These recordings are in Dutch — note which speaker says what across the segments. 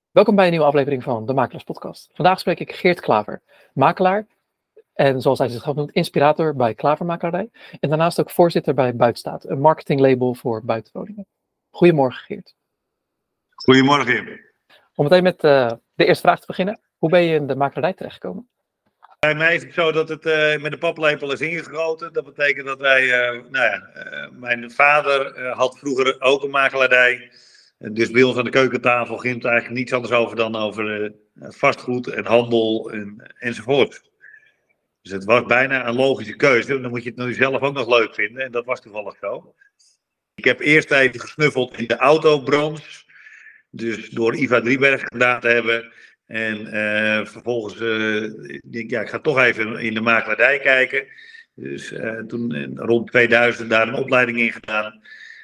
Speaker 1: Welkom bij een nieuwe aflevering van de Makelaars Podcast. Vandaag spreek ik Geert Klaver, makelaar en zoals hij zichzelf noemt, inspirator bij Klaver Makelaardij en daarnaast ook voorzitter bij Buitenstaat, een marketinglabel voor buitenwoningen. Goedemorgen Geert.
Speaker 2: Goedemorgen.
Speaker 1: Om meteen met de eerste vraag te beginnen. Hoe ben je in de makelaardij terechtgekomen?
Speaker 2: Bij mij is het zo dat het met de paplepel is ingegoten. Dat betekent dat wij, mijn vader had vroeger ook een makelaardij. Dus bij ons aan de keukentafel ging het eigenlijk niets anders over dan over vastgoed en handel enzovoort. Dus het was bijna een logische keuze. Dan moet je het nu zelf ook nog leuk vinden. En dat was toevallig zo. Ik heb eerst even gesnuffeld in de autobranche. Dus door Iva Driebergen gedaan te hebben. En vervolgens denk ik, ik ga toch even in de makelaardij kijken. Dus toen rond 2000 daar een opleiding in gedaan.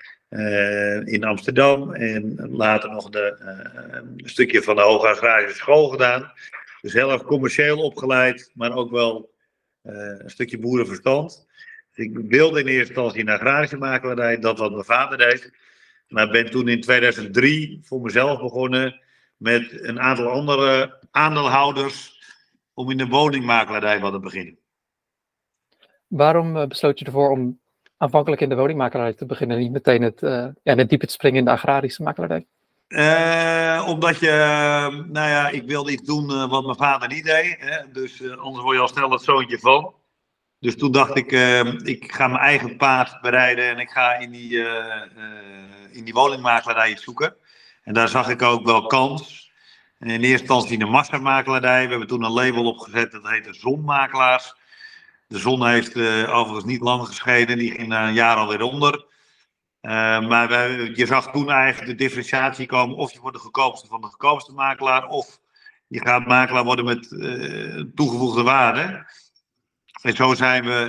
Speaker 2: In Amsterdam. En later nog een stukje van de Hoge Agrarische School gedaan. Dus heel erg commercieel opgeleid. Maar ook wel een stukje boerenverstand. Dus ik wilde in eerste instantie in de agrarische makelaardij. Dat wat mijn vader deed. Maar ben toen in 2003 voor mezelf begonnen met een aantal andere aandeelhouders om in de woningmakelaardij wat te beginnen.
Speaker 1: Waarom besloot je ervoor om aanvankelijk in de woningmakelaardij te beginnen en niet meteen het diepe te springen in de agrarische makelaardij?
Speaker 2: Omdat ik wilde iets doen wat mijn vader niet deed. Hè? Dus anders word je al snel het zoontje van. Dus toen dacht ik, ik ga mijn eigen paard bereiden en ik ga in die woningmakelaardij iets zoeken. En daar zag ik ook wel kans. En in eerste instantie in de massamakelaardij. We hebben toen een label opgezet, dat heette Zonmakelaars. De zon heeft overigens niet lang geschenen, die ging na een jaar alweer onder. Maar je zag toen eigenlijk de differentiatie komen, of je wordt de goedkoopste van de goedkoopste makelaar, of je gaat makelaar worden met toegevoegde waarde. En zo zijn we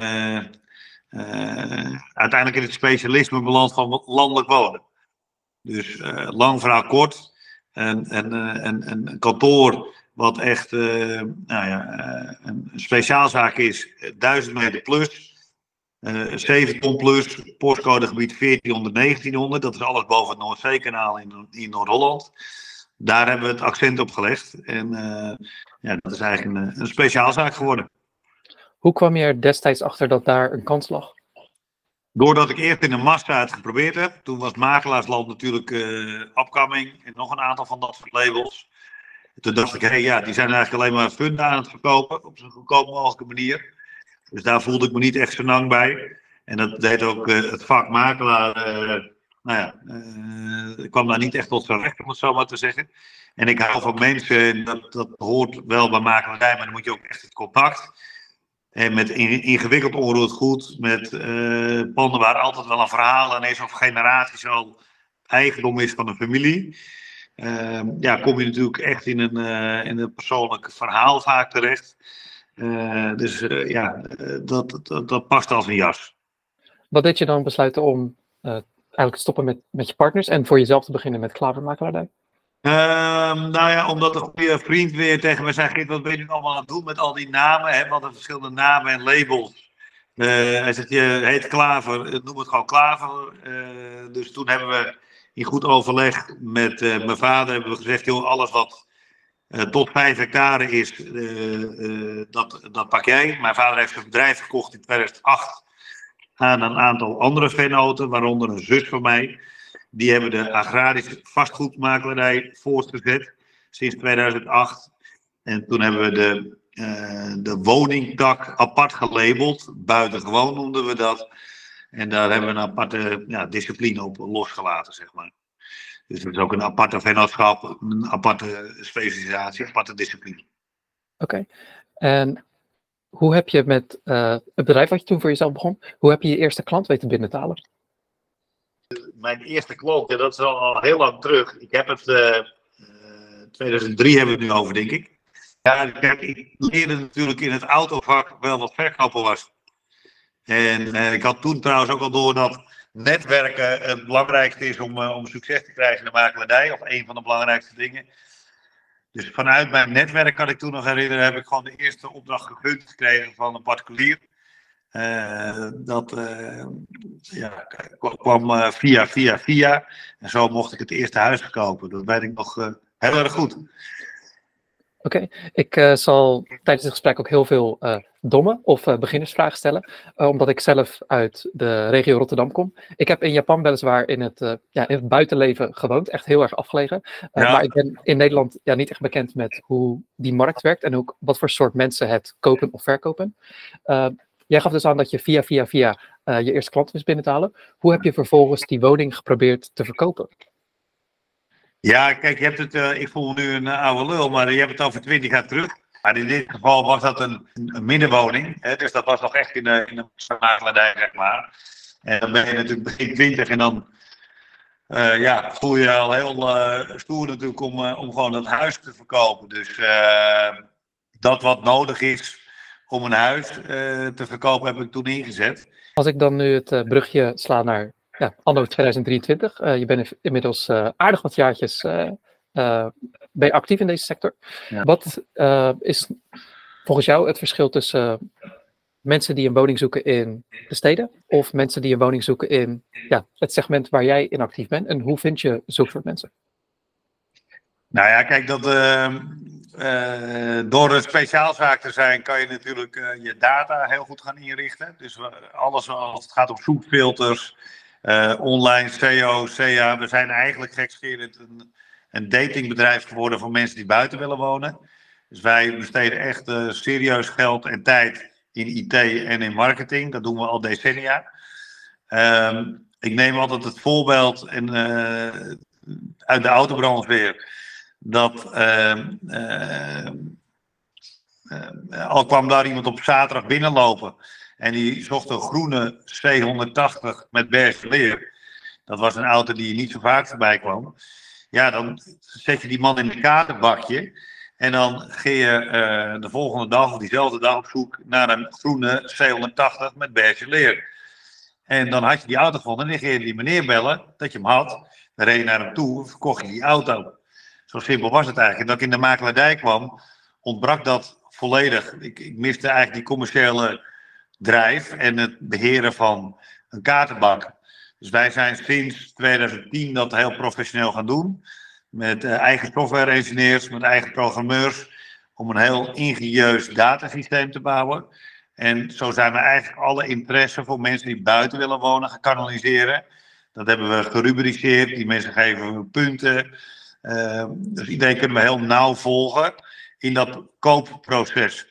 Speaker 2: uiteindelijk in het specialisme beland van landelijk wonen. Dus lang verhaal kort. Een kantoor wat echt een speciaalzaak is. 1000 meter plus. 7 ton plus. Postcodegebied 1400, 1900. Dat is alles boven het Noordzeekanaal in Noord-Holland. Daar hebben we het accent op gelegd. En dat is eigenlijk een speciaalzaak geworden.
Speaker 1: Hoe kwam je er destijds achter dat daar een kans lag?
Speaker 2: Doordat ik eerst in de massa het geprobeerd heb. Toen was Makelaarsland natuurlijk upcoming. En nog een aantal van dat soort labels. Toen dacht ik, die zijn eigenlijk alleen maar funda aan het verkopen. Op zo'n goedkoop mogelijke manier. Dus daar voelde ik me niet echt zo lang bij. En dat deed ook het vak makelaar. Ik kwam daar niet echt tot zijn recht, om het zo maar te zeggen. En ik hou van mensen. Dat hoort wel bij makelaardij. Maar dan moet je ook echt het contact. En met ingewikkeld onroerend goed, met panden waar altijd wel een verhaal aan is of generaties al eigendom is van een familie. Kom je natuurlijk echt in een persoonlijk verhaal vaak terecht. Dat past als een jas.
Speaker 1: Wat deed je dan besluiten om eigenlijk te stoppen met je partners en voor jezelf te beginnen met Klaver Makelaardij?
Speaker 2: Omdat een goede vriend weer tegen me zei: wat ben je nu allemaal aan het doen met al die namen? Hè? Wat verschillende namen en labels. Hij zegt, je heet Klaver, noem het gewoon Klaver. Dus toen hebben we in goed overleg met mijn vader hebben we gezegd: joh, alles wat tot 5 hectare is, dat pak jij. Mijn vader heeft zijn bedrijf gekocht in 2008 aan een aantal andere vennoten, waaronder een zus van mij. Die hebben de agrarische vastgoedmakelaardij voortgezet sinds 2008. En toen hebben we de woningtak apart gelabeld. Buitengewoon noemden we dat. En daar hebben we een aparte discipline op losgelaten, zeg maar. Dus dat is ook een aparte vennootschap, een aparte specialisatie, een aparte discipline.
Speaker 1: Oké. En hoe heb je met het bedrijf wat je toen voor jezelf begon, hoe heb je je eerste klant weten binnen te halen?
Speaker 2: Mijn eerste klant, dat is al heel lang terug. Ik heb het, 2003 hebben we het nu over, denk ik. Ja, kijk, ik leerde natuurlijk in het autovak wel wat verkopen was. En ik had toen trouwens ook al door dat netwerken het belangrijkste is om succes te krijgen in de makelaardij. Of een van de belangrijkste dingen. Dus vanuit mijn netwerk, kan ik toen nog herinneren, heb ik gewoon de eerste opdracht gegund gekregen van een particulier. Dat kwam via. En zo mocht ik het eerste huis kopen. Dat weet ik nog Heel erg goed.
Speaker 1: Oké, ik zal tijdens het gesprek ook heel veel domme of beginnersvragen stellen, omdat ik zelf uit de regio Rotterdam kom. Ik heb in Japan weliswaar in het buitenleven gewoond, echt heel erg afgelegen. Maar ik ben in Nederland niet echt bekend met hoe die markt werkt en ook wat voor soort mensen het kopen of verkopen. Jij gaf dus aan dat je via je eerste klant wist binnen te halen. Hoe heb je vervolgens die woning geprobeerd te verkopen?
Speaker 2: Ja, kijk, je hebt het, ik voel me nu een oude lul, maar je hebt het over 20 jaar terug. Maar in dit geval was dat een middenwoning, hè, dus dat was nog echt in de makelaardij, zeg maar. En dan ben je natuurlijk begin 20 en dan voel je al heel stoer natuurlijk om gewoon dat huis te verkopen. Dus dat wat nodig is om een huis te verkopen heb ik toen ingezet.
Speaker 1: Als ik dan nu het brugje sla naar anno 2023. Je bent inmiddels aardig wat jaartjes ben je actief in deze sector.
Speaker 2: Ja.
Speaker 1: Wat is volgens jou het verschil tussen mensen die een woning zoeken in de steden of mensen die een woning zoeken in het segment waar jij in actief bent? En hoe vind je zulke soort mensen?
Speaker 2: Nou ja, kijk, door een speciaalzaak te zijn kan je natuurlijk je data heel goed gaan inrichten. Dus alles als het gaat om zoekfilters, online, SEO, SEA. We zijn eigenlijk gekscherend een datingbedrijf geworden voor mensen die buiten willen wonen. Dus wij besteden echt serieus geld en tijd in IT en in marketing. Dat doen we al decennia. Ik neem altijd het voorbeeld uit de autobranche weer. Dat al kwam daar iemand op zaterdag binnenlopen en die zocht een groene C180 met beige leer. Dat was een auto die niet zo vaak voorbij kwam. Ja, dan zet je die man in een kaartenbakje en dan ga je de volgende dag of diezelfde dag op zoek naar een groene C180 met beige leer. En dan had je die auto gevonden en dan ging je die meneer bellen dat je hem had. Dan reed je naar hem toe en verkocht je die auto. Zo simpel was het eigenlijk. En dat ik in de makelaardij kwam, ontbrak dat volledig. Ik miste eigenlijk die commerciële drijf en het beheren van een kaartenbak. Dus wij zijn sinds 2010 dat heel professioneel gaan doen. Met eigen software engineers, met eigen programmeurs. Om een heel ingenieus datasysteem te bouwen. En zo zijn we eigenlijk alle interesse voor mensen die buiten willen wonen gaan kanaliseren. Dat hebben we gerubriceerd. Die mensen geven we punten. Dus iedereen kunnen we heel nauw volgen in dat koopproces.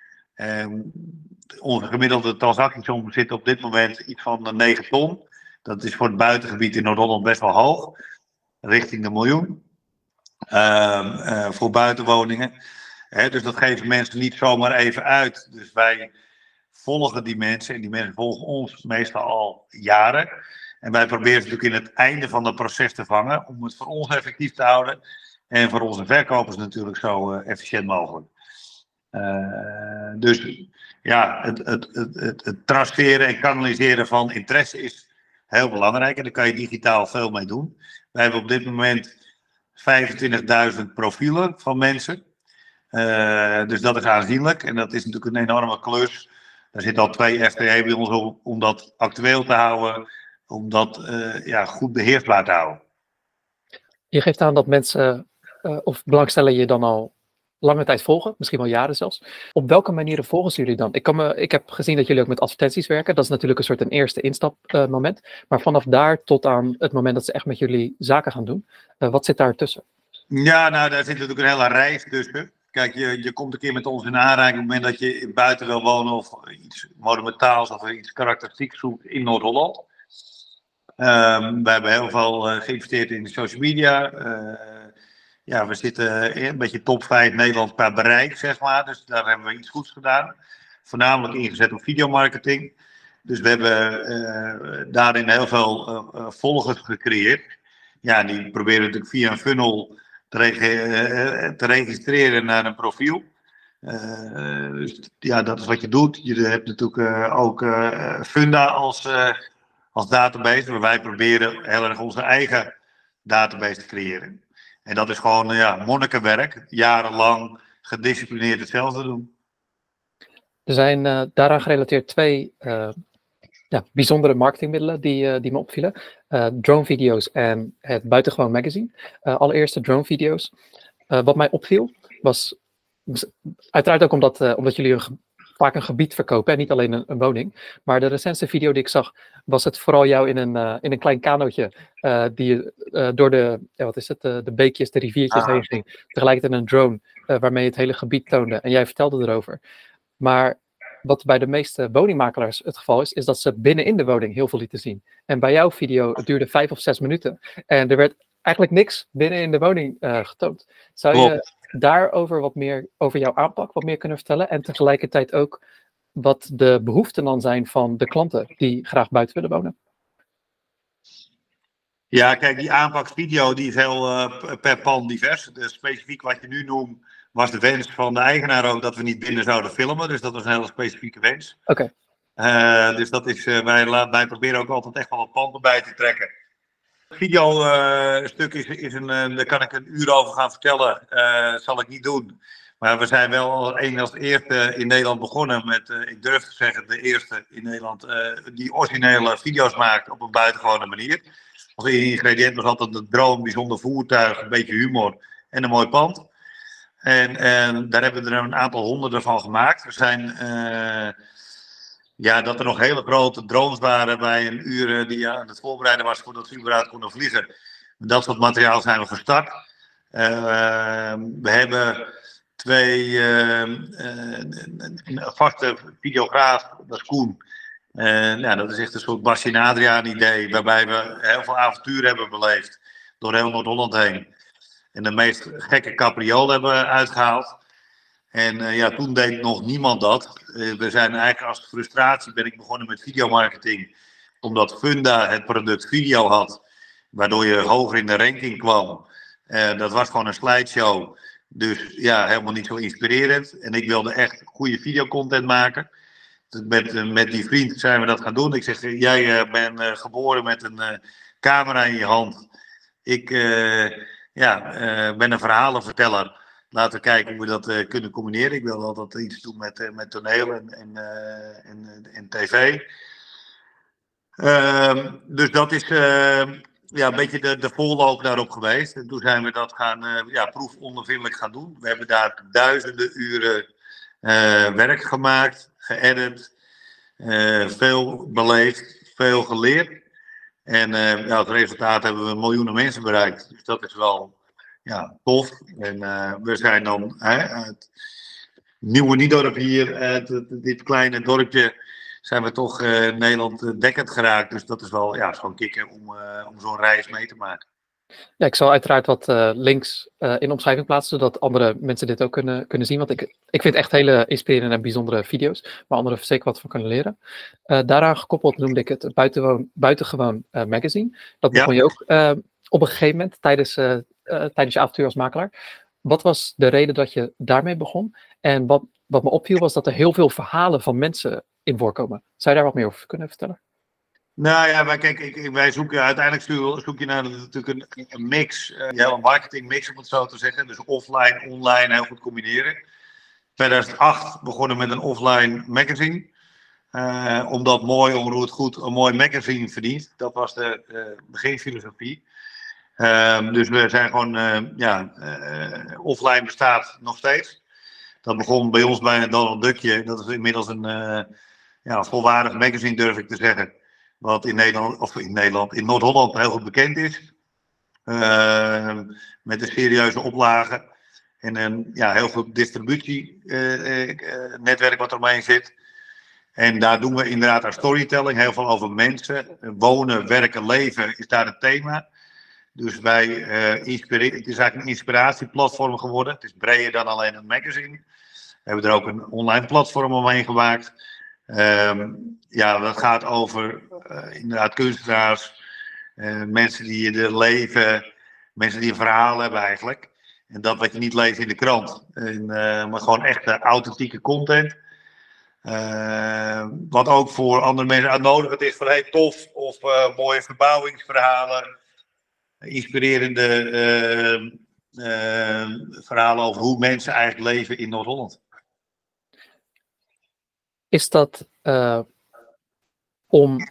Speaker 2: Onze gemiddelde transactiesom zit op dit moment iets van 9 ton. Dat is voor het buitengebied in Noord-Holland best wel hoog. Richting de miljoen. Voor buitenwoningen. Dus dat geven mensen niet zomaar even uit. Dus wij volgen die mensen en die mensen volgen ons meestal al jaren. En wij proberen natuurlijk in het einde van het proces te vangen om het voor ons effectief te houden en voor onze verkopers natuurlijk zo efficiënt mogelijk. Dus ja, het traceren en kanaliseren van interesse is heel belangrijk en daar kan je digitaal veel mee doen. Wij hebben op dit moment 25.000 profielen van mensen. Dus dat is aanzienlijk en dat is natuurlijk een enorme klus. Er zitten al 2 FTE bij ons op om dat actueel te houden, om dat goed beheersbaar te houden.
Speaker 1: Je geeft aan dat mensen of belangstellenden je dan al lange tijd volgen, misschien wel jaren zelfs. Op welke manieren volgen ze jullie dan? Ik heb gezien dat jullie ook met advertenties werken. Dat is natuurlijk een soort een eerste instapmoment. Maar vanaf daar tot aan het moment dat ze echt met jullie zaken gaan doen, wat zit daar tussen?
Speaker 2: Ja, nou daar zit natuurlijk een hele reis tussen. Kijk, je komt een keer met ons in aanraking op het moment dat je buiten wil wonen of iets monumentaals of iets karakteristieks zoekt in Noord-Holland. We hebben heel veel geïnvesteerd in de social media. We zitten een beetje top 5 Nederland qua bereik, zeg maar. Dus daar hebben we iets goeds gedaan. Voornamelijk ingezet op videomarketing. Dus we hebben daarin heel veel volgers gecreëerd. Ja, die proberen natuurlijk via een funnel te registreren naar een profiel. Dus ja, dat is wat je doet. Je hebt natuurlijk ook Funda als database, waar wij proberen heel erg onze eigen database te creëren. En dat is gewoon monnikenwerk, jarenlang gedisciplineerd hetzelfde doen.
Speaker 1: Er zijn daaraan gerelateerd 2 bijzondere marketingmiddelen die me opvielen. Dronevideo's en het Buitengewoon magazine. Allereerst de dronevideo's. Wat mij opviel was, uiteraard ook omdat jullie vaak een gebied verkopen en niet alleen een woning. Maar de recentste video die ik zag, was het vooral jou in een klein kanootje die door de beekjes, de riviertjes heen ging. Tegelijkertijd een drone waarmee je het hele gebied toonde en jij vertelde erover. Maar wat bij de meeste woningmakelaars het geval is dat ze binnenin de woning heel veel lieten zien. En bij jouw video, het duurde 5 of 6 minuten. En er werd eigenlijk niks binnenin de woning getoond. Zou je daarover wat meer, over jouw aanpak, wat meer kunnen vertellen? En tegelijkertijd ook wat de behoeften dan zijn van de klanten die graag buiten willen wonen?
Speaker 2: Ja, kijk, die aanpaksvideo die is heel per pand divers. Dus specifiek wat je nu noemt, was de wens van de eigenaar ook dat we niet binnen zouden filmen. Dus dat was een hele specifieke wens.
Speaker 1: Oké.
Speaker 2: Dus dat is, wij proberen ook altijd echt wel wat panden bij te trekken. Het video-stuk daar kan ik een uur over gaan vertellen. Dat zal ik niet doen. Maar we zijn wel als eerste in Nederland begonnen met, ik durf te zeggen, de eerste in Nederland die originele video's maakt op een buitengewone manier. Als ingrediënt was altijd een drone, bijzonder voertuig, een beetje humor en een mooi pand. En daar hebben we er een aantal honderden van gemaakt. We zijn, dat er nog hele grote drones waren bij een uur die aan het voorbereiden was voordat ze überhaupt konden vliegen. Dat soort materiaal zijn we gestart. We hebben een vaste videograaf, dat is Koen. Dat is echt een soort Basje en Adriaan idee, waarbij we heel veel avonturen hebben beleefd door heel Noord-Holland heen. En de meest gekke capriolen hebben we uitgehaald. En toen deed nog niemand dat. We zijn eigenlijk als frustratie ben ik begonnen met videomarketing. Omdat Funda het product video had, waardoor je hoger in de ranking kwam. Dat was gewoon een slideshow. Dus ja, helemaal niet zo inspirerend. En ik wilde echt goede videocontent maken. Met die vriend zijn we dat gaan doen. Ik zeg, jij bent geboren met een camera in je hand. Ik ben een verhalenverteller. Laten we kijken hoe we dat kunnen combineren. Ik wil altijd iets doen met toneel en tv. Dus dat is een beetje de voorloop daarop geweest. En toen zijn we dat gaan proefondervindelijk gaan doen. We hebben daar duizenden uren werk gemaakt, geëdit, veel beleefd, veel geleerd. En het resultaat hebben we miljoenen mensen bereikt. Dus dat is wel tof. En we zijn dan uit Nieuwe Niedorp hier, dit kleine dorpje, zijn we toch Nederland dekkend geraakt. Dus dat is wel gewoon kicken om zo'n reis mee te maken.
Speaker 1: Ja, ik zal uiteraard wat links in de omschrijving plaatsen, zodat andere mensen dit ook kunnen zien. Want ik vind het echt hele inspirerende en bijzondere video's, waar anderen zeker wat van kunnen leren. Daaraan gekoppeld noemde ik het Buitengewoon magazine. Dat begon je ook op een gegeven moment tijdens je avontuur als makelaar. Wat was de reden dat je daarmee begon? En wat me opviel was dat er heel veel verhalen van mensen in voorkomen. Zou je daar wat meer over kunnen vertellen?
Speaker 2: Nou ja, maar kijk, wij zoeken uiteindelijk zoek je naar natuurlijk een mix, een marketingmix om het zo te zeggen. Dus offline, online heel goed combineren. 2008 begonnen met een offline magazine. Omdat mooi onroerend goed een mooi magazine verdient. Dat was de beginfilosofie. Dus we zijn gewoon, offline bestaat nog steeds. Dat begon bij ons bij Donald Duckje. Dat is inmiddels een volwaardig magazine, durf ik te zeggen. Wat in Noord-Holland heel goed bekend is. Met een serieuze oplage. En een heel goed distributienetwerk wat eromheen zit. En daar doen we inderdaad aan storytelling. Heel veel over mensen. Wonen, werken, leven is daar het thema. Dus wij inspireren. Het is eigenlijk een inspiratieplatform geworden. Het is breder dan alleen een magazine. We hebben er ook een online platform omheen gemaakt. Dat gaat over inderdaad kunstenaars, mensen die er leven, mensen die een verhaal hebben eigenlijk. En dat wat je niet leest in de krant. Maar gewoon echte authentieke content. Wat ook voor andere mensen uitnodigend is van tof of mooie verbouwingsverhalen. Inspirerende verhalen over hoe mensen eigenlijk leven in Noord-Holland.
Speaker 1: Is dat om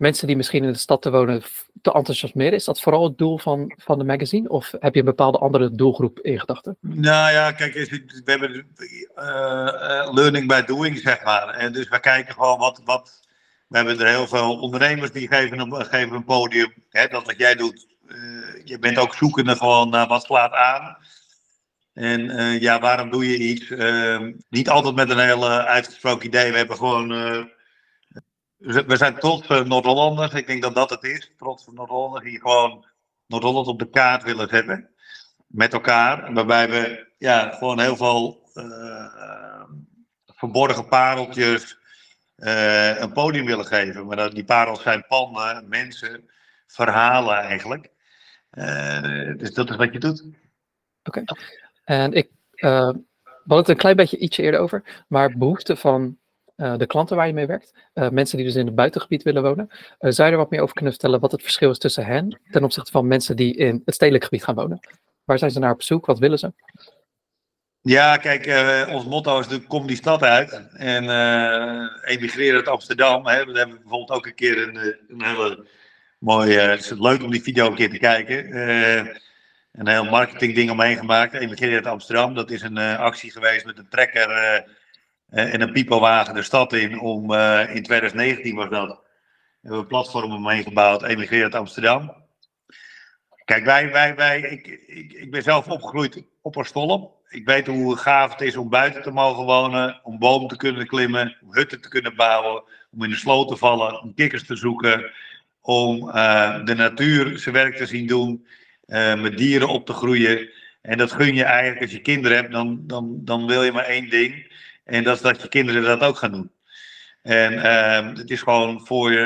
Speaker 1: mensen die misschien in de stad te wonen te enthousiasmeren? Is dat vooral het doel van de magazine? Of heb je een bepaalde andere doelgroep in gedachten?
Speaker 2: Nou ja, kijk, we hebben learning by doing, zeg maar. En dus we kijken gewoon we hebben er heel veel ondernemers die geven een podium. Hè, dat wat jij doet. Je bent ook zoekende gewoon naar wat slaat aan. En ja, waarom doe je iets? Niet altijd met een heel uitgesproken idee. We hebben gewoon... we zijn trots Noord-Hollanders. Ik denk dat dat het is. Trots Noord-Hollanders die gewoon Noord-Holland op de kaart willen zetten. Met elkaar. Waarbij we gewoon heel veel verborgen pareltjes een podium willen geven. Maar die parels zijn panden, mensen, verhalen eigenlijk. Dus dat is wat je doet.
Speaker 1: Oké. En we hadden het een klein beetje ietsje eerder over, maar behoeften van de klanten waar je mee werkt, mensen die dus in het buitengebied willen wonen, zou je er wat meer over kunnen vertellen wat het verschil is tussen hen ten opzichte van mensen die in het stedelijk gebied gaan wonen? Waar zijn ze naar op zoek? Wat willen ze?
Speaker 2: Ja, kijk, ons motto is natuurlijk kom die stad uit en emigreer uit Amsterdam. Hè. We hebben bijvoorbeeld ook een keer een hele mooie, het is leuk om die video een keer te kijken. Een heel marketingding omheen gemaakt. Emigreer uit Amsterdam. Dat is een actie geweest met een trekker en een pipowagen de stad in. In 2019 was dat. We hebben een platform omheen gebouwd. Emigreer uit Amsterdam. Kijk, ik ben zelf opgegroeid op Oostolp. Ik weet hoe gaaf het is om buiten te mogen wonen. Om bomen te kunnen klimmen. Om hutten te kunnen bouwen. Om in de sloot te vallen. Om kikkers te zoeken. Om de natuur zijn werk te zien doen. Met dieren op te groeien. En dat gun je eigenlijk als je kinderen hebt, dan wil je maar één ding. En dat is dat je kinderen dat ook gaan doen. En het is gewoon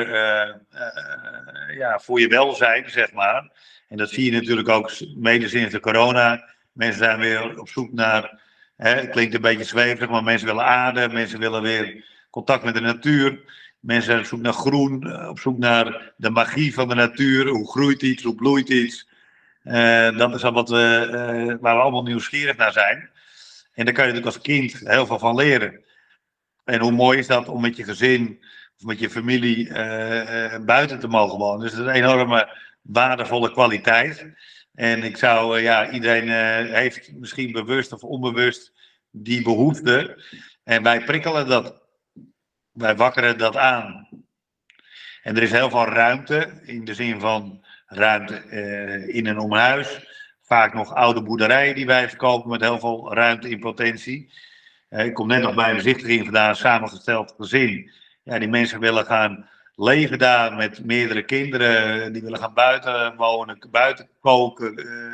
Speaker 2: voor je welzijn, zeg maar. En dat zie je natuurlijk ook mede sinds de corona. Mensen zijn weer op zoek naar, het klinkt een beetje zweverig, maar mensen willen aarde. Mensen willen weer contact met de natuur. Mensen zijn op zoek naar groen, op zoek naar de magie van de natuur. Hoe groeit iets, hoe bloeit iets. Dat is al waar we allemaal nieuwsgierig naar zijn. En daar kan je natuurlijk als kind heel veel van leren. En hoe mooi is dat om met je gezin of met je familie buiten te mogen wonen. Dus dat is een enorme waardevolle kwaliteit. En ik zou, iedereen heeft misschien bewust of onbewust die behoefte. En wij prikkelen dat. Wij wakkeren dat aan. En er is heel veel ruimte, in de zin van ruimte in en om huis. Vaak nog oude boerderijen die wij verkopen met heel veel ruimte in potentie. Ik kom net nog bij een bezichtiging vandaan, een samengesteld gezin. Ja, die mensen willen gaan leven daar met meerdere kinderen. Die willen gaan buiten wonen, buiten koken.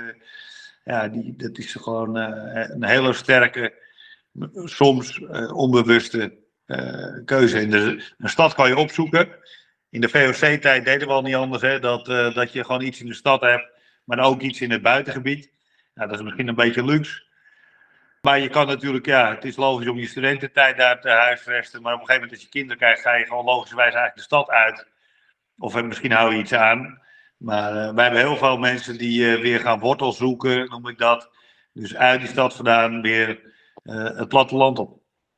Speaker 2: Dat is gewoon een hele sterke, soms onbewuste keuze. In een stad kan je opzoeken. In de VOC-tijd deden we al niet anders, hè, dat je gewoon iets in de stad hebt, maar ook iets in het buitengebied. Nou, dat is misschien een beetje luxe. Maar je kan natuurlijk, het is logisch om je studententijd daar te huisvesten, maar op een gegeven moment als je kinderen krijgt, ga je gewoon logischerwijs eigenlijk de stad uit. Of misschien hou je iets aan. Maar wij hebben heel veel mensen die weer gaan wortel zoeken, noem ik dat. Dus uit die stad vandaan weer het platteland op.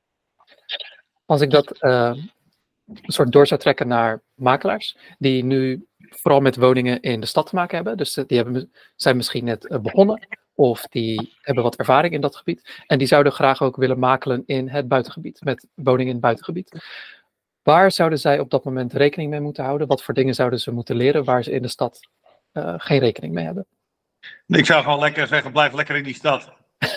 Speaker 1: Als ik dat een soort door zou trekken naar makelaars, die nu vooral met woningen in de stad te maken hebben. Dus die zijn misschien net begonnen, of die hebben wat ervaring in dat gebied. En die zouden graag ook willen makelen in het buitengebied, met woningen in het buitengebied. Waar zouden zij op dat moment rekening mee moeten houden? Wat voor dingen zouden ze moeten leren waar ze in de stad geen rekening mee hebben?
Speaker 2: Ik zou gewoon lekker zeggen, blijf lekker in die stad.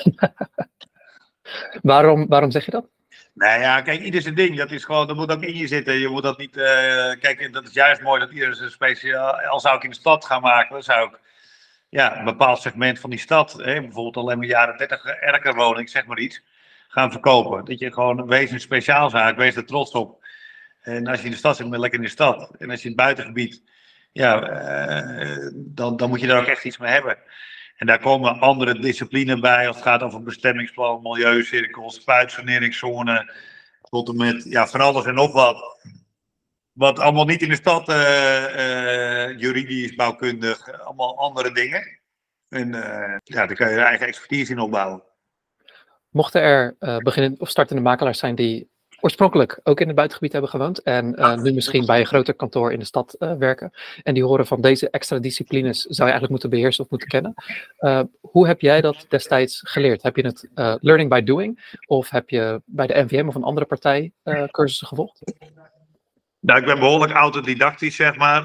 Speaker 1: Waarom zeg je dat?
Speaker 2: Nou ja, kijk, ieder zijn ding. Dat is gewoon, dat moet ook in je zitten. Je moet dat niet. Kijk, dat is juist mooi dat ieder zijn speciaal. Al zou ik in de stad gaan maken, dan zou ik een bepaald segment van die stad, bijvoorbeeld alleen maar jaren 30 erkerwoning, zeg maar iets, gaan verkopen. Dat je gewoon wees een speciaalzaak, wees er trots op. En als je in de stad zit, ben je lekker in de stad. En als je in het buitengebied, dan moet je daar ook echt iets mee hebben. En daar komen andere disciplines bij, als het gaat over bestemmingsplan, milieucirkels, spuitsaneringszone, tot en met, van alles en nog wat. Wat allemaal niet in de stad, juridisch, bouwkundig, allemaal andere dingen. En daar kan je je eigen expertise in opbouwen.
Speaker 1: Mochten er beginnend of startende makelaars zijn die oorspronkelijk ook in het buitengebied hebben gewoond en nu misschien bij een groter kantoor in de stad werken. En die horen van deze extra disciplines zou je eigenlijk moeten beheersen of moeten kennen. Hoe heb jij dat destijds geleerd? Heb je het learning by doing of heb je bij de NVM of een andere partij cursussen gevolgd?
Speaker 2: Nou, ik ben behoorlijk autodidactisch, zeg maar.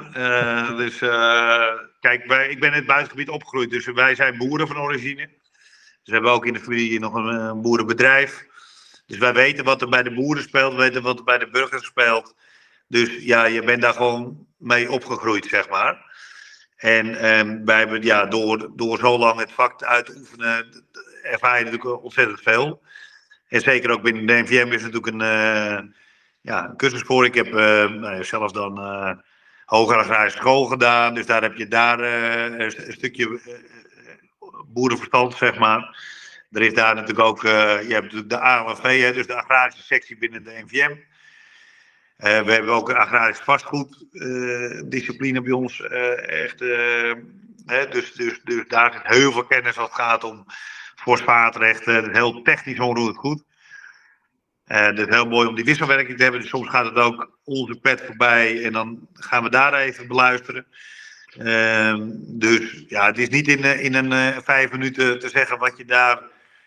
Speaker 2: Kijk, ik ben in het buitengebied opgegroeid, dus wij zijn boeren van origine. Dus we hebben ook in de familie nog een boerenbedrijf. Dus wij weten wat er bij de boeren speelt, we weten wat er bij de burgers speelt. Dus ja, je bent daar gewoon mee opgegroeid, zeg maar. En wij hebben, ja, door zo lang het vak uit te oefenen, ervaar je natuurlijk ontzettend veel. En zeker ook binnen de NVM is natuurlijk een cursus voor. Ik heb zelf dan hoger agrarische school gedaan. Dus daar heb je een stukje boerenverstand, zeg maar. Er is daar natuurlijk ook, je hebt natuurlijk de AMV, dus de agrarische sectie binnen de NVM. We hebben ook een agrarisch vastgoeddiscipline bij ons. Dus daar zit heel veel kennis als het gaat om fosfaatrechten. Het is heel technisch onroerend goed. Het is heel mooi om die wisselwerking te hebben. Dus soms gaat het ook onze pet voorbij en dan gaan we daar even beluisteren. Dus ja, het is niet in een 5 minuten te zeggen wat je daar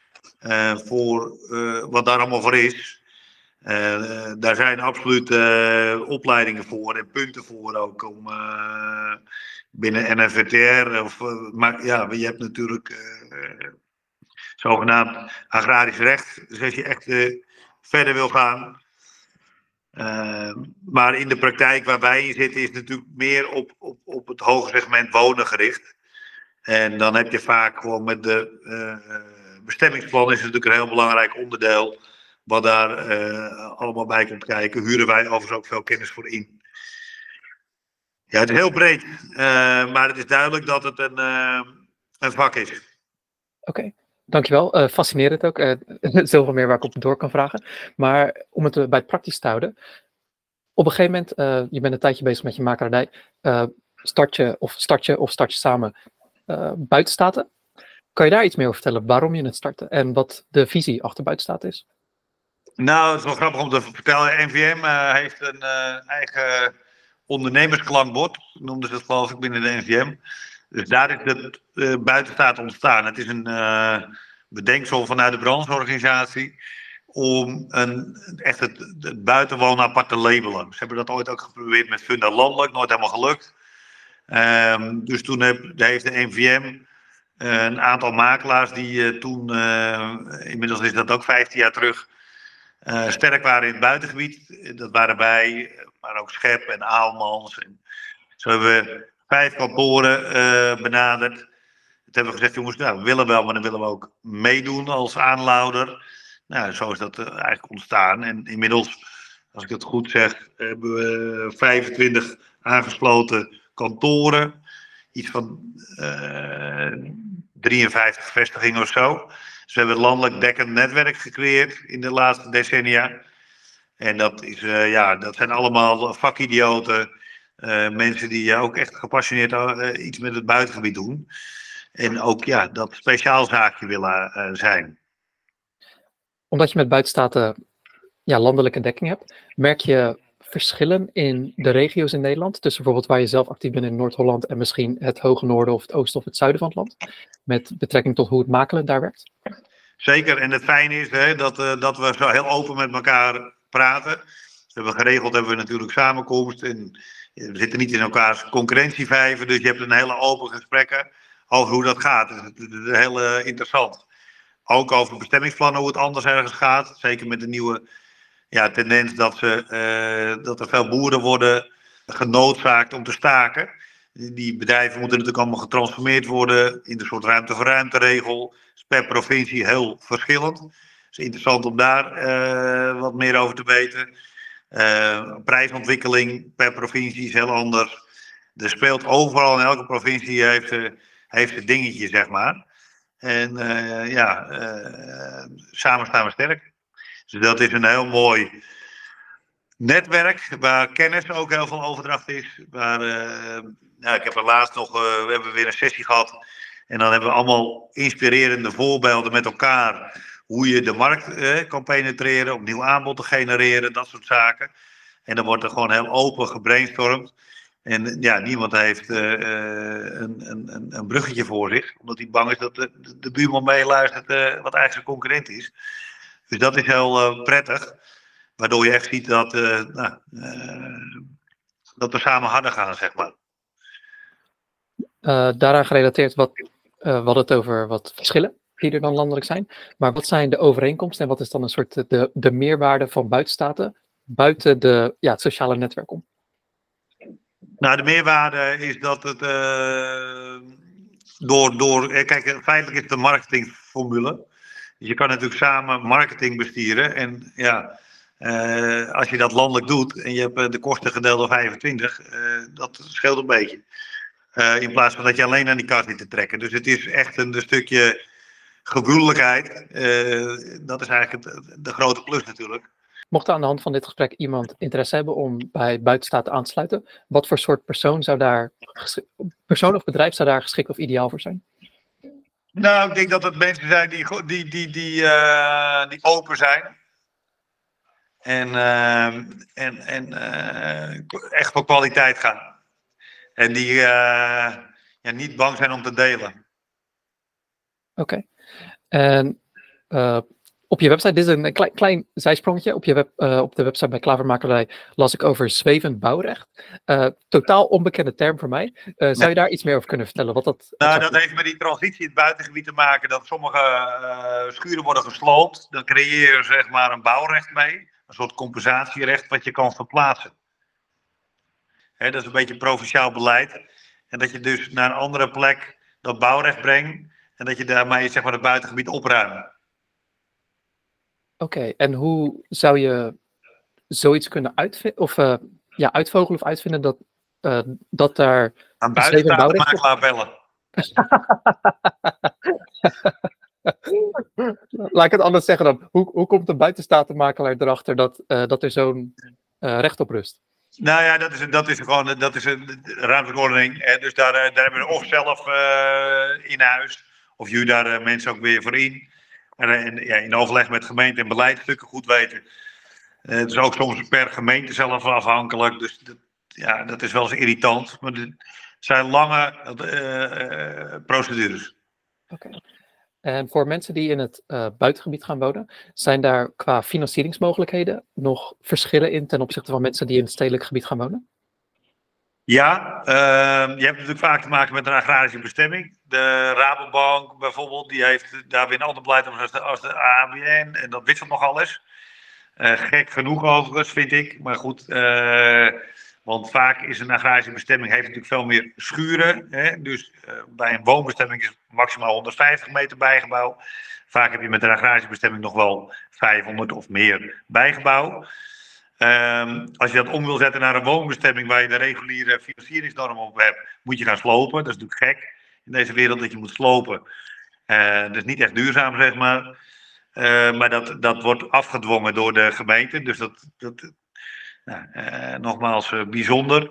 Speaker 2: wat daar allemaal voor is. Daar zijn absoluut opleidingen voor en punten voor ook om binnen NFVTR. Maar ja, je hebt natuurlijk zogenaamd agrarisch recht. Dus als je echt verder wil gaan. Maar in de praktijk waar wij in zitten is natuurlijk meer op het hoge segment wonen gericht. En dan heb je vaak gewoon met de bestemmingsplan is natuurlijk een heel belangrijk onderdeel. Wat daar allemaal bij komt kijken. Huren wij overigens ook veel kennis voor in. Ja, het is heel breed. Maar het is duidelijk dat het een vak is.
Speaker 1: Oké. Dankjewel. Fascinerend ook. Zoveel meer waar ik op door kan vragen. Maar om het bij het praktisch te houden. Op een gegeven moment, je bent een tijdje bezig met je makelaardij. Start je samen buitenstaten. Kan je daar iets meer over vertellen? Waarom je het startte en wat de visie achter buitenstaten is?
Speaker 2: Nou, het is wel grappig om te vertellen. NVM heeft een eigen ondernemersklankbord. Noemden ze het geloof ik binnen de NVM. Dus daar is het buitenstaat ontstaan. Het is een bedenksel vanuit de brancheorganisatie om echt het buitenwonen apart te labelen. Ze hebben dat ooit ook geprobeerd met Funda Landelijk, nooit helemaal gelukt. Dus toen heeft de NVM een aantal makelaars die toen, inmiddels is dat ook 15 jaar terug, sterk waren in het buitengebied. Dat waren wij, maar ook Schep en Aalmans. Zo hebben we 5 kantoren benaderd. Toen hebben we gezegd, jongens, nou, we willen wel, maar dan willen we ook meedoen als aanlouder. Nou, zo is dat eigenlijk ontstaan. En inmiddels, als ik het goed zeg, hebben we 25 aangesloten kantoren. Iets van 53 vestigingen of zo. Dus we hebben een landelijk dekkend netwerk gecreëerd in de laatste decennia. En dat zijn allemaal vakidioten. Mensen die ook echt gepassioneerd iets met het buitengebied doen. En ook dat speciaal zaakje willen zijn.
Speaker 1: Omdat je met buitenstaten landelijke dekking hebt, merk je verschillen in de regio's in Nederland? Tussen bijvoorbeeld waar je zelf actief bent in Noord-Holland en misschien het hoge noorden of het oosten of het zuiden van het land? Met betrekking tot hoe het makelen daar werkt?
Speaker 2: Zeker, en het fijne is dat we zo heel open met elkaar praten. Hebben we natuurlijk samenkomst en we zitten niet in elkaars concurrentievijver, dus je hebt een hele open gesprekken over hoe dat gaat. Dus het is heel interessant. Ook over bestemmingsplannen, hoe het anders ergens gaat. Zeker met de nieuwe tendens dat er veel boeren worden genoodzaakt om te staken. Die bedrijven moeten natuurlijk allemaal getransformeerd worden in de soort ruimte-voor-ruimte-regel. Dus per provincie heel verschillend. Het is interessant om daar wat meer over te weten. Prijsontwikkeling per provincie is heel anders. Er speelt overal in elke provincie heeft het dingetje, zeg maar. En samen staan we sterk. Dus dat is een heel mooi netwerk waar kennis ook heel veel overdracht is. Ik heb er laatst nog, we hebben weer een sessie gehad. En dan hebben we allemaal inspirerende voorbeelden met elkaar. hoe je de markt kan penetreren, om nieuw aanbod te genereren, dat soort zaken. En dan wordt er gewoon heel open gebrainstormd. En ja, niemand heeft een bruggetje voor zich, omdat hij bang is dat de buurman meeluistert wat eigenlijk zijn concurrent is. Dus dat is heel prettig, waardoor je echt ziet dat, dat we samen harder gaan, zeg maar.
Speaker 1: Daaraan gerelateerd, we hadden het over wat verschillen die er dan landelijk zijn. Maar wat zijn de overeenkomsten en wat is dan een soort de meerwaarde van buitenstaten buiten het sociale netwerk om?
Speaker 2: Nou, de meerwaarde is dat het kijk, feitelijk is het een marketingformule. Dus je kan natuurlijk samen marketing bestieren. En ja, als je dat landelijk doet en je hebt de kosten gedeeld door 25, dat scheelt een beetje. In plaats van dat je alleen aan die kar zit te trekken. Dus het is echt een stukje gebroedelijkheid. Dat is eigenlijk de grote plus natuurlijk.
Speaker 1: Mocht er aan de hand van dit gesprek iemand interesse hebben om bij buitenstaten aan te sluiten, wat voor soort persoon of bedrijf zou daar geschikt of ideaal voor zijn?
Speaker 2: Nou, ik denk dat het mensen zijn die open zijn. En echt voor kwaliteit gaan. En die niet bang zijn om te delen.
Speaker 1: Oké. En op je website, dit is een klein zijsprongetje. Op de website bij Klavermakelaar las ik over zwevend bouwrecht. Totaal onbekende term voor mij. Zou je daar iets meer over kunnen vertellen? Dat
Speaker 2: heeft met die transitie in het buitengebied te maken. Dat sommige schuren worden gesloopt. Dan creëer je zeg maar een bouwrecht mee. Een soort compensatierecht wat je kan verplaatsen. Dat is een beetje provinciaal beleid. En dat je dus naar een andere plek dat bouwrecht brengt. En dat je daarmee zeg maar het buitengebied opruimt.
Speaker 1: Oké, en hoe zou je zoiets kunnen uitvogelen of uitvinden dat daar
Speaker 2: aan buitenstatenmakelaar bellen.
Speaker 1: Laat ik het anders zeggen dan. Hoe komt de buitenstatenmakelaar erachter dat er zo'n recht op rust?
Speaker 2: Nou ja, dat is een ruimtelijke ordening. Dus daar hebben we of zelf in huis, of jullie daar mensen ook weer voor in. En in overleg met gemeente en beleidstukken goed weten. Het is ook soms per gemeente zelf afhankelijk. Dus dat is wel eens irritant. Maar het zijn lange procedures.
Speaker 1: Oké. En voor mensen die in het buitengebied gaan wonen, zijn daar qua financieringsmogelijkheden nog verschillen in ten opzichte van mensen die in het stedelijk gebied gaan wonen?
Speaker 2: Ja, je hebt natuurlijk vaak te maken met een agrarische bestemming. De Rabobank bijvoorbeeld, die heeft daar weer een ander beleid als de ABN en dat wisselt nogal eens. Gek genoeg overigens, vind ik. Maar goed, want vaak is een agrarische bestemming heeft natuurlijk veel meer schuren. Hè? Dus bij een woonbestemming is maximaal 150 meter bijgebouw. Vaak heb je met een agrarische bestemming nog wel 500 of meer bijgebouw. Als je dat om wil zetten naar een woonbestemming waar je de reguliere financieringsnorm op hebt, moet je gaan slopen. Dat is natuurlijk gek in deze wereld dat je moet slopen. Dat is niet echt duurzaam, zeg maar. Maar dat wordt afgedwongen door de gemeente. Dus nogmaals bijzonder.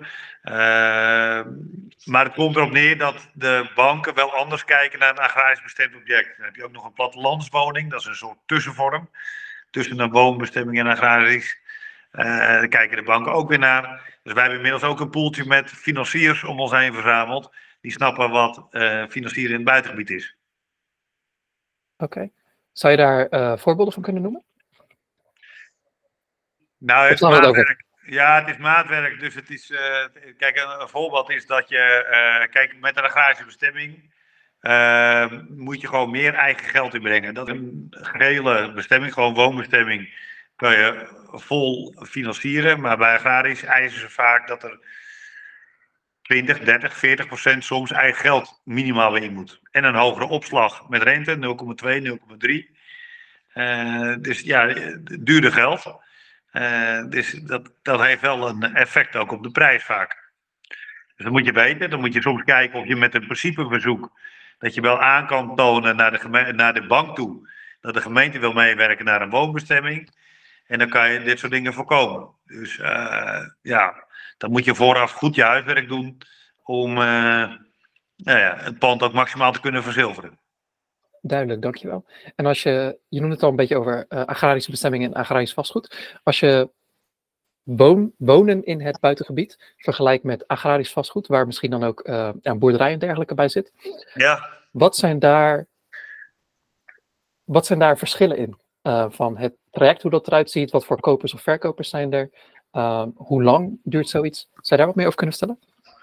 Speaker 2: Maar het komt erop neer dat de banken wel anders kijken naar een agrarisch bestemd object. Dan heb je ook nog een plattelandswoning. Dat is een soort tussenvorm tussen een woonbestemming en agrarisch. Daar kijken de banken ook weer naar. Dus wij hebben inmiddels ook een poeltje met financiers om ons heen verzameld. Die snappen wat financieren in het buitengebied is.
Speaker 1: Oké. Zou je daar voorbeelden van kunnen noemen?
Speaker 2: Nou, het is maatwerk. Ja, het is maatwerk. Dus het is. Kijk, een voorbeeld is dat je. Kijk, met een agrarische bestemming. Moet je gewoon meer eigen geld inbrengen. Dat is een gehele bestemming, gewoon woonbestemming. Kan je vol financieren. Maar bij agrarisch eisen ze vaak dat er 20, 30, 40% soms eigen geld minimaal in moet. En een hogere opslag met rente, 0,2, 0,3. Dus ja, duurder geld. Dus dat heeft wel een effect ook op de prijs vaak. Dus dat moet je weten. Dan moet je soms kijken of je met een principeverzoek, dat je wel aan kan tonen naar de bank toe, dat de gemeente wil meewerken naar een woonbestemming. En dan kan je dit soort dingen voorkomen. Dus dan moet je vooraf goed je huiswerk doen om het pand ook maximaal te kunnen verzilveren.
Speaker 1: Duidelijk, dankjewel. En als je noemt het al een beetje over agrarische bestemmingen en agrarisch vastgoed. Als je wonen in het buitengebied vergelijkt met agrarisch vastgoed, waar misschien dan ook een boerderij en dergelijke bij zit.
Speaker 2: Ja.
Speaker 1: Wat zijn daar verschillen in? Van het traject, hoe dat eruit ziet, wat voor kopers of verkopers zijn er? Hoe lang duurt zoiets? Zou je daar wat meer over kunnen vertellen?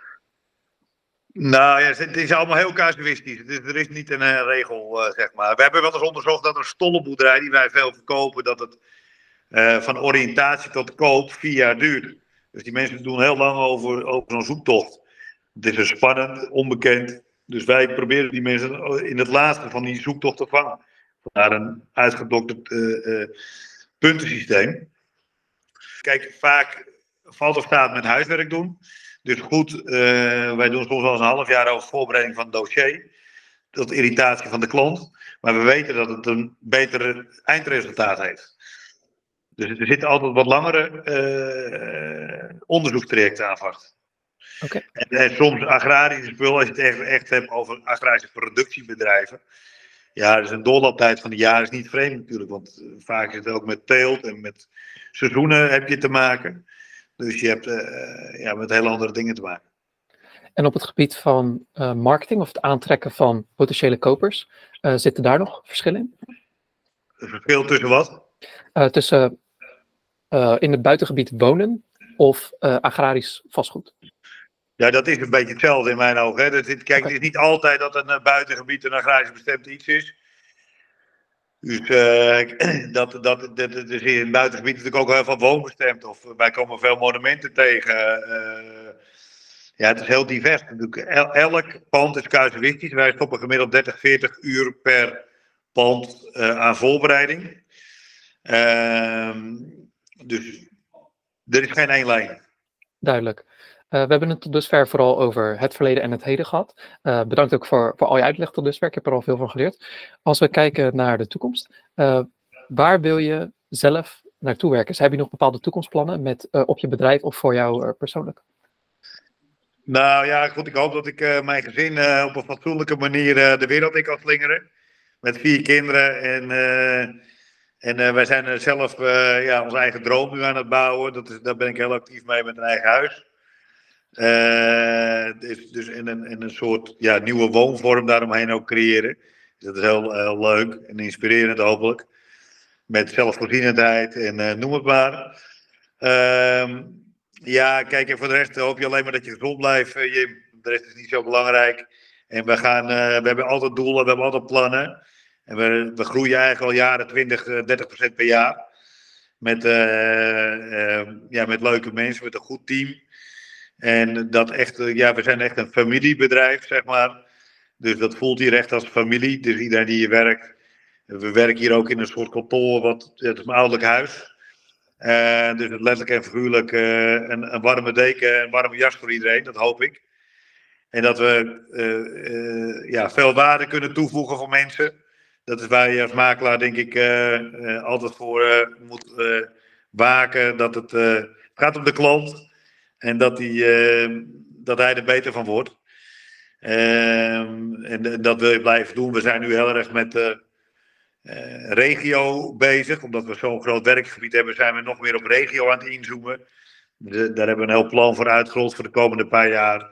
Speaker 2: Nou ja, het is allemaal heel casuïstisch. Dus er is niet een regel, zeg maar. We hebben wel eens onderzocht dat een stollenboerderij, die wij veel verkopen, dat het van oriëntatie tot koop 4 jaar duurt. Dus die mensen doen heel lang over zo'n zoektocht. Het is dus spannend, onbekend. Dus wij proberen die mensen in het laatste van die zoektocht te vangen. Naar een uitgedokterd puntensysteem. Kijk, vaak valt of staat met huiswerk doen. Dus goed, wij doen soms wel eens een half jaar over voorbereiding van het dossier. Tot irritatie van de klant. Maar we weten dat het een beter eindresultaat heeft. Dus er zitten altijd wat langere onderzoekstrajecten aan vast.
Speaker 1: Okay.
Speaker 2: En soms agrarische spul, als je het echt hebt over agrarische productiebedrijven. Ja, dus een doorlooptijd van een jaar is niet vreemd natuurlijk. Want vaak is het ook met teelt en met seizoenen heb je te maken. Dus je hebt met hele andere dingen te maken.
Speaker 1: En op het gebied van marketing of het aantrekken van potentiële kopers, zitten daar nog verschillen in?
Speaker 2: Een verschil tussen wat?
Speaker 1: Tussen in het buitengebied wonen of agrarisch vastgoed.
Speaker 2: Ja, dat is een beetje hetzelfde in mijn ogen. Hè. Het is niet altijd dat een buitengebied een agrarisch bestemd iets is. Dus is in het buitengebied natuurlijk ook heel veel woonbestemd. Of wij komen veel monumenten tegen. Ja, het is heel divers. Elk pand is casuïstisch. Wij stoppen gemiddeld 30, 40 uur per pand aan voorbereiding. Dus er is geen één lijn.
Speaker 1: Duidelijk. We hebben het tot dusver vooral over het verleden en het heden gehad. Bedankt ook voor al je uitleg tot dusver. Ik heb er al veel van geleerd. Als we kijken naar de toekomst, waar wil je zelf naartoe werken? Dus heb je nog bepaalde toekomstplannen op je bedrijf of voor jou persoonlijk?
Speaker 2: Nou ja, goed, ik hoop dat ik mijn gezin op een fatsoenlijke manier de wereld in kan slingeren. Met 4 kinderen en wij zijn zelf onze eigen droom nu aan het bouwen. Daar ben ik heel actief mee met een eigen huis. Dus in een soort nieuwe woonvorm daaromheen ook creëren. Dus dat is heel leuk en inspirerend hopelijk. Met zelfvoorzienendheid en noem het maar. Ja, kijk, en voor de rest hoop je alleen maar dat je gezond blijft, Jim. De rest is niet zo belangrijk. En we hebben altijd doelen, we hebben altijd plannen. En we groeien eigenlijk al jaren 20-30% per jaar. Met leuke mensen, met een goed team. En we zijn echt een familiebedrijf, zeg maar. Dus dat voelt hier echt als familie. Dus iedereen die hier werkt. We werken hier ook in een soort kantoor, het is mijn ouderlijk huis. Dus het letterlijk en figuurlijk een warme deken, een warme jas voor iedereen, dat hoop ik. En dat we veel waarde kunnen toevoegen voor mensen. Dat is waar je als makelaar denk ik altijd voor moet waken. Dat het gaat om de klant en dat hij er beter van wordt. En dat wil je blijven doen. We zijn nu heel erg met regio bezig. Omdat we zo'n groot werkgebied hebben, zijn we nog meer op regio aan het inzoomen. Daar hebben we een heel plan voor uitgerold voor de komende paar jaar.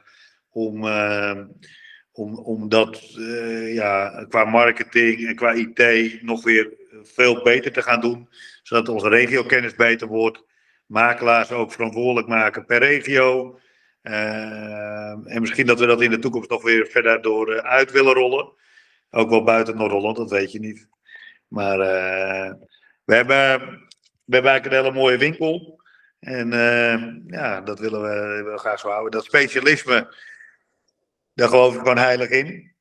Speaker 2: Om dat qua marketing en qua IT nog weer veel beter te gaan doen. Zodat onze regiokennis beter wordt. Makelaars ook verantwoordelijk maken per regio. En misschien dat we dat in de toekomst nog weer verder door uit willen rollen. Ook wel buiten Noord-Holland, dat weet je niet. Maar we hebben eigenlijk een hele mooie winkel. En dat willen we graag zo houden. Dat specialisme, daar geloof ik gewoon heilig in.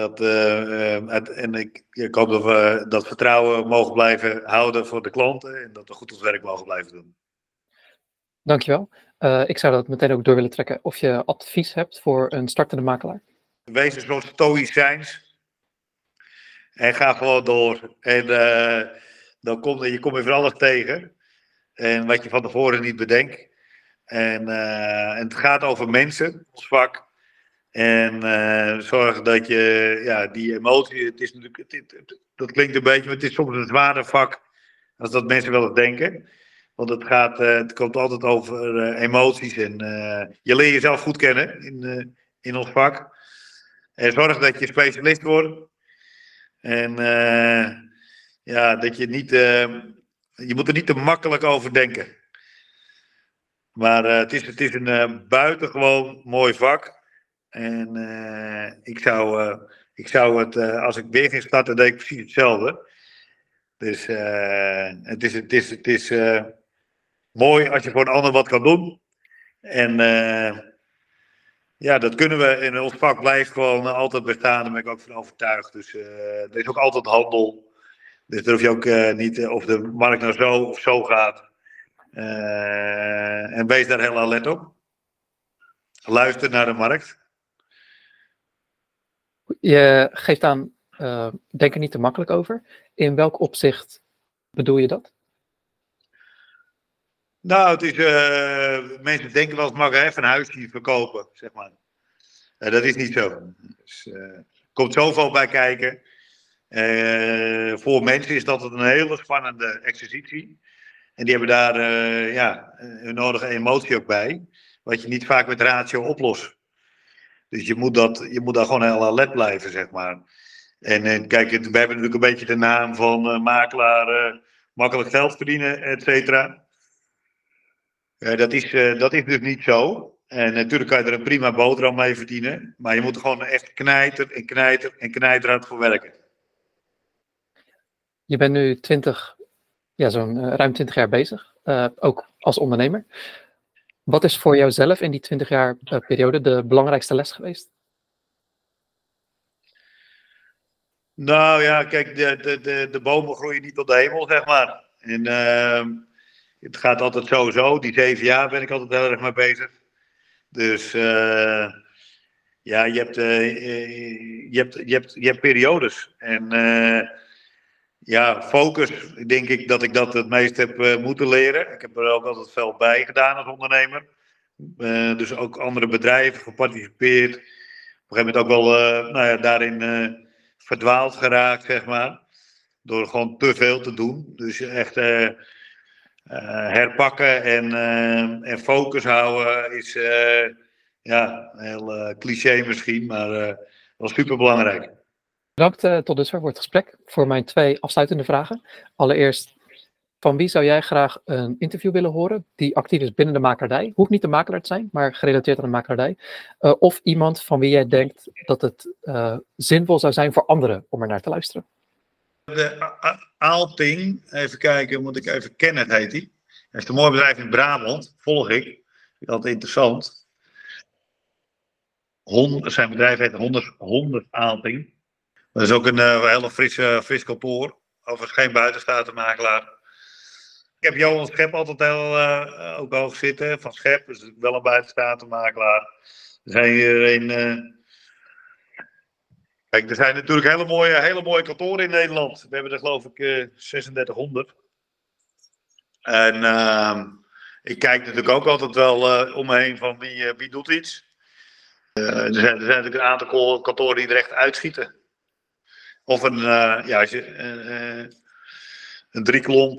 Speaker 2: En ik hoop dat we dat vertrouwen mogen blijven houden voor de klanten. En dat we goed ons werk mogen blijven doen.
Speaker 1: Dankjewel. Ik zou dat meteen ook door willen trekken. Of je advies hebt voor een startende makelaar?
Speaker 2: Wees een soort stoïcijns. En ga gewoon door. En dan kom je voor alles tegen. En wat je van tevoren niet bedenkt. En het gaat over mensen, ons vak. En zorg dat je, ja, die emotie, het is natuurlijk, dat klinkt een beetje, maar het is soms een zwaarder vak als dat mensen wel eens denken. Want het komt altijd over emoties en je leert jezelf goed kennen in ons vak. En zorg dat je specialist wordt. En ja, dat je niet, je moet er niet te makkelijk over denken. Maar het is een buitengewoon mooi vak. En ik zou het, als ik weer ging starten, deed ik precies hetzelfde. Dus het is mooi als je voor een ander wat kan doen. En ja, dat kunnen we. In ons vak blijft gewoon altijd bestaan. Daar ben ik ook van overtuigd. Dus er is ook altijd handel. Dus daar hoef je ook niet of de markt nou zo of zo gaat. En wees daar heel alert op. Luister naar de markt.
Speaker 1: Je geeft aan, denk er niet te makkelijk over. In welk opzicht bedoel je dat?
Speaker 2: Nou, het is, mensen denken wel eens makkelijk even een huisje verkopen, zeg maar. Dat is niet zo. Dus, er komt zoveel bij kijken. Voor mensen is dat een hele spannende exercitie. En die hebben daar ja, hun nodige emotie ook bij. Wat je niet vaak met ratio oplost. Dus je moet daar gewoon heel alert blijven, zeg maar. En kijk, we hebben natuurlijk een beetje de naam van makelaar, makkelijk geld verdienen, et cetera. Dat is dus niet zo. En natuurlijk kan je er een prima boterham mee verdienen. Maar je moet er gewoon echt knijterhard voor werken.
Speaker 1: Je bent nu ruim 20 jaar bezig, ook als ondernemer. Wat is voor jouzelf in die 20 jaar periode de belangrijkste les geweest?
Speaker 2: Nou ja, kijk, de bomen groeien niet tot de hemel, zeg maar. En het gaat altijd zo. Die 7 jaar ben ik altijd heel erg mee bezig. Dus ja, je hebt periodes. En ja, focus, denk ik dat het meest heb moeten leren. Ik heb er ook altijd veel bij gedaan als ondernemer. Dus ook andere bedrijven geparticipeerd. Op een gegeven moment ook wel nou ja, daarin verdwaald geraakt, zeg maar. Door gewoon te veel te doen. Dus echt herpakken en focus houden is ja, heel cliché misschien, maar wel super belangrijk.
Speaker 1: Bedankt tot dusver voor het gesprek. Voor mijn 2 afsluitende vragen. Allereerst, van wie zou jij graag een interview willen horen die actief is binnen de makelaardij? Hoeft niet de makelaar te zijn, maar gerelateerd aan de makelaardij. Of iemand van wie jij denkt dat het zinvol zou zijn voor anderen om er naar te luisteren.
Speaker 2: De Aalting, even kijken, moet ik even kennen, heet hij. Hij heeft een mooi bedrijf in Brabant, volg ik. Vind ik altijd interessant. Zijn bedrijf heet 100 Aalting. Dat is ook een hele fris kantoor. Overigens geen buitenstatenmakelaar. Ik heb Johan Schep altijd ook hoog zitten. Van Schep, dus wel een buitenstatenmakelaar. Er zijn hier kijk, er zijn natuurlijk hele mooie kantoren in Nederland. We hebben er geloof ik 3600. En ik kijk natuurlijk ook altijd wel om me heen van wie doet iets. Er zijn natuurlijk een aantal kantoren die er echt uitschieten. Of ja, als je een drieklomp,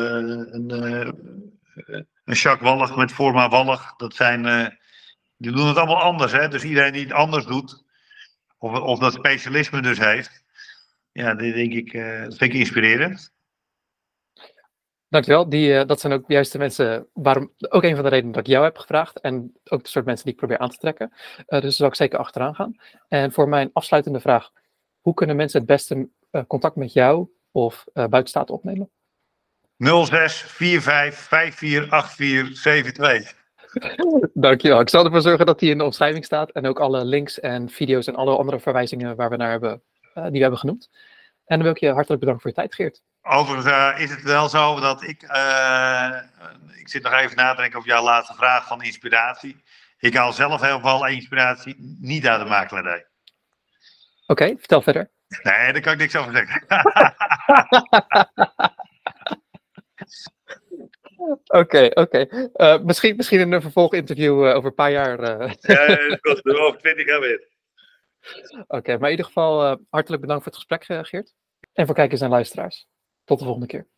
Speaker 2: een Jacques Wallig met Forma Wallig, die doen het allemaal anders. Hè? Dus iedereen die het anders doet, of dat specialisme dus heeft, ja, dat vind ik inspirerend.
Speaker 1: Dankjewel. Dat zijn ook juist de mensen, ook een van de redenen dat ik jou heb gevraagd. En ook de soort mensen die ik probeer aan te trekken. Dus daar zal ik zeker achteraan gaan. En voor mijn afsluitende vraag, hoe kunnen mensen het beste contact met jou of buitenstaat opnemen?
Speaker 2: 06 45 54 84 72.
Speaker 1: Dankjewel. Ik zal ervoor zorgen dat die in de omschrijving staat. En ook alle links en video's en alle andere verwijzingen waar we naar hebben, die we hebben genoemd. En dan wil ik je hartelijk bedanken voor je tijd, Geert.
Speaker 2: Overigens is het wel zo dat ik zit nog even na te denken over jouw laatste vraag van inspiratie. Ik haal zelf heel veel inspiratie niet uit de makelaardij.
Speaker 1: Oké, vertel verder.
Speaker 2: Nee, daar kan ik niks over zeggen.
Speaker 1: Oké. Misschien in een vervolginterview over een paar jaar.
Speaker 2: Ja, dat komt er over 20 jaar weer.
Speaker 1: Oké, maar in ieder geval hartelijk bedankt voor het gesprek, Geert. En voor kijkers en luisteraars. Tot de volgende keer.